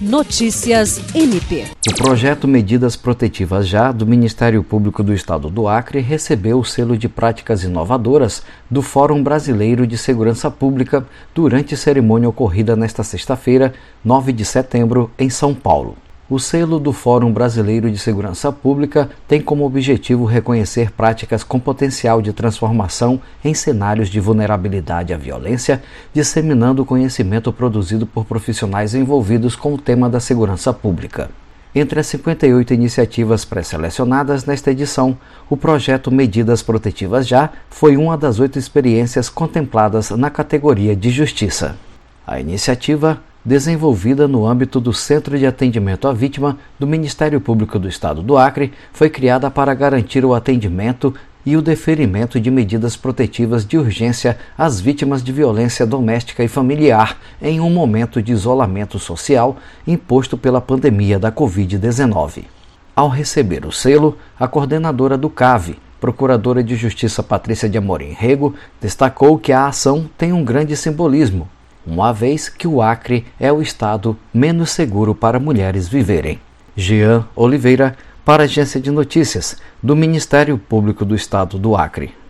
Notícias MP. O projeto Medidas Protetivas Já, do Ministério Público do Estado do Acre, recebeu o selo de práticas inovadoras do Fórum Brasileiro de Segurança Pública durante cerimônia ocorrida nesta sexta-feira, 9 de setembro, em São Paulo. O selo do Fórum Brasileiro de Segurança Pública tem como objetivo reconhecer práticas com potencial de transformação em cenários de vulnerabilidade à violência, disseminando o conhecimento produzido por profissionais envolvidos com o tema da segurança pública. Entre as 58 iniciativas pré-selecionadas nesta edição, o projeto Medidas Protetivas Já foi uma das 8 experiências contempladas na categoria de Justiça. A iniciativa, desenvolvida no âmbito do Centro de Atendimento à Vítima do Ministério Público do Estado do Acre, foi criada para garantir o atendimento e o deferimento de medidas protetivas de urgência às vítimas de violência doméstica e familiar em um momento de isolamento social imposto pela pandemia da Covid-19. Ao receber o selo, a coordenadora do CAV, Procuradora de Justiça Patrícia de Amorim Rego, destacou que a ação tem um grande simbolismo, uma vez que o Acre é o estado menos seguro para mulheres viverem. Jean Oliveira, para a Agência de Notícias do Ministério Público do Estado do Acre.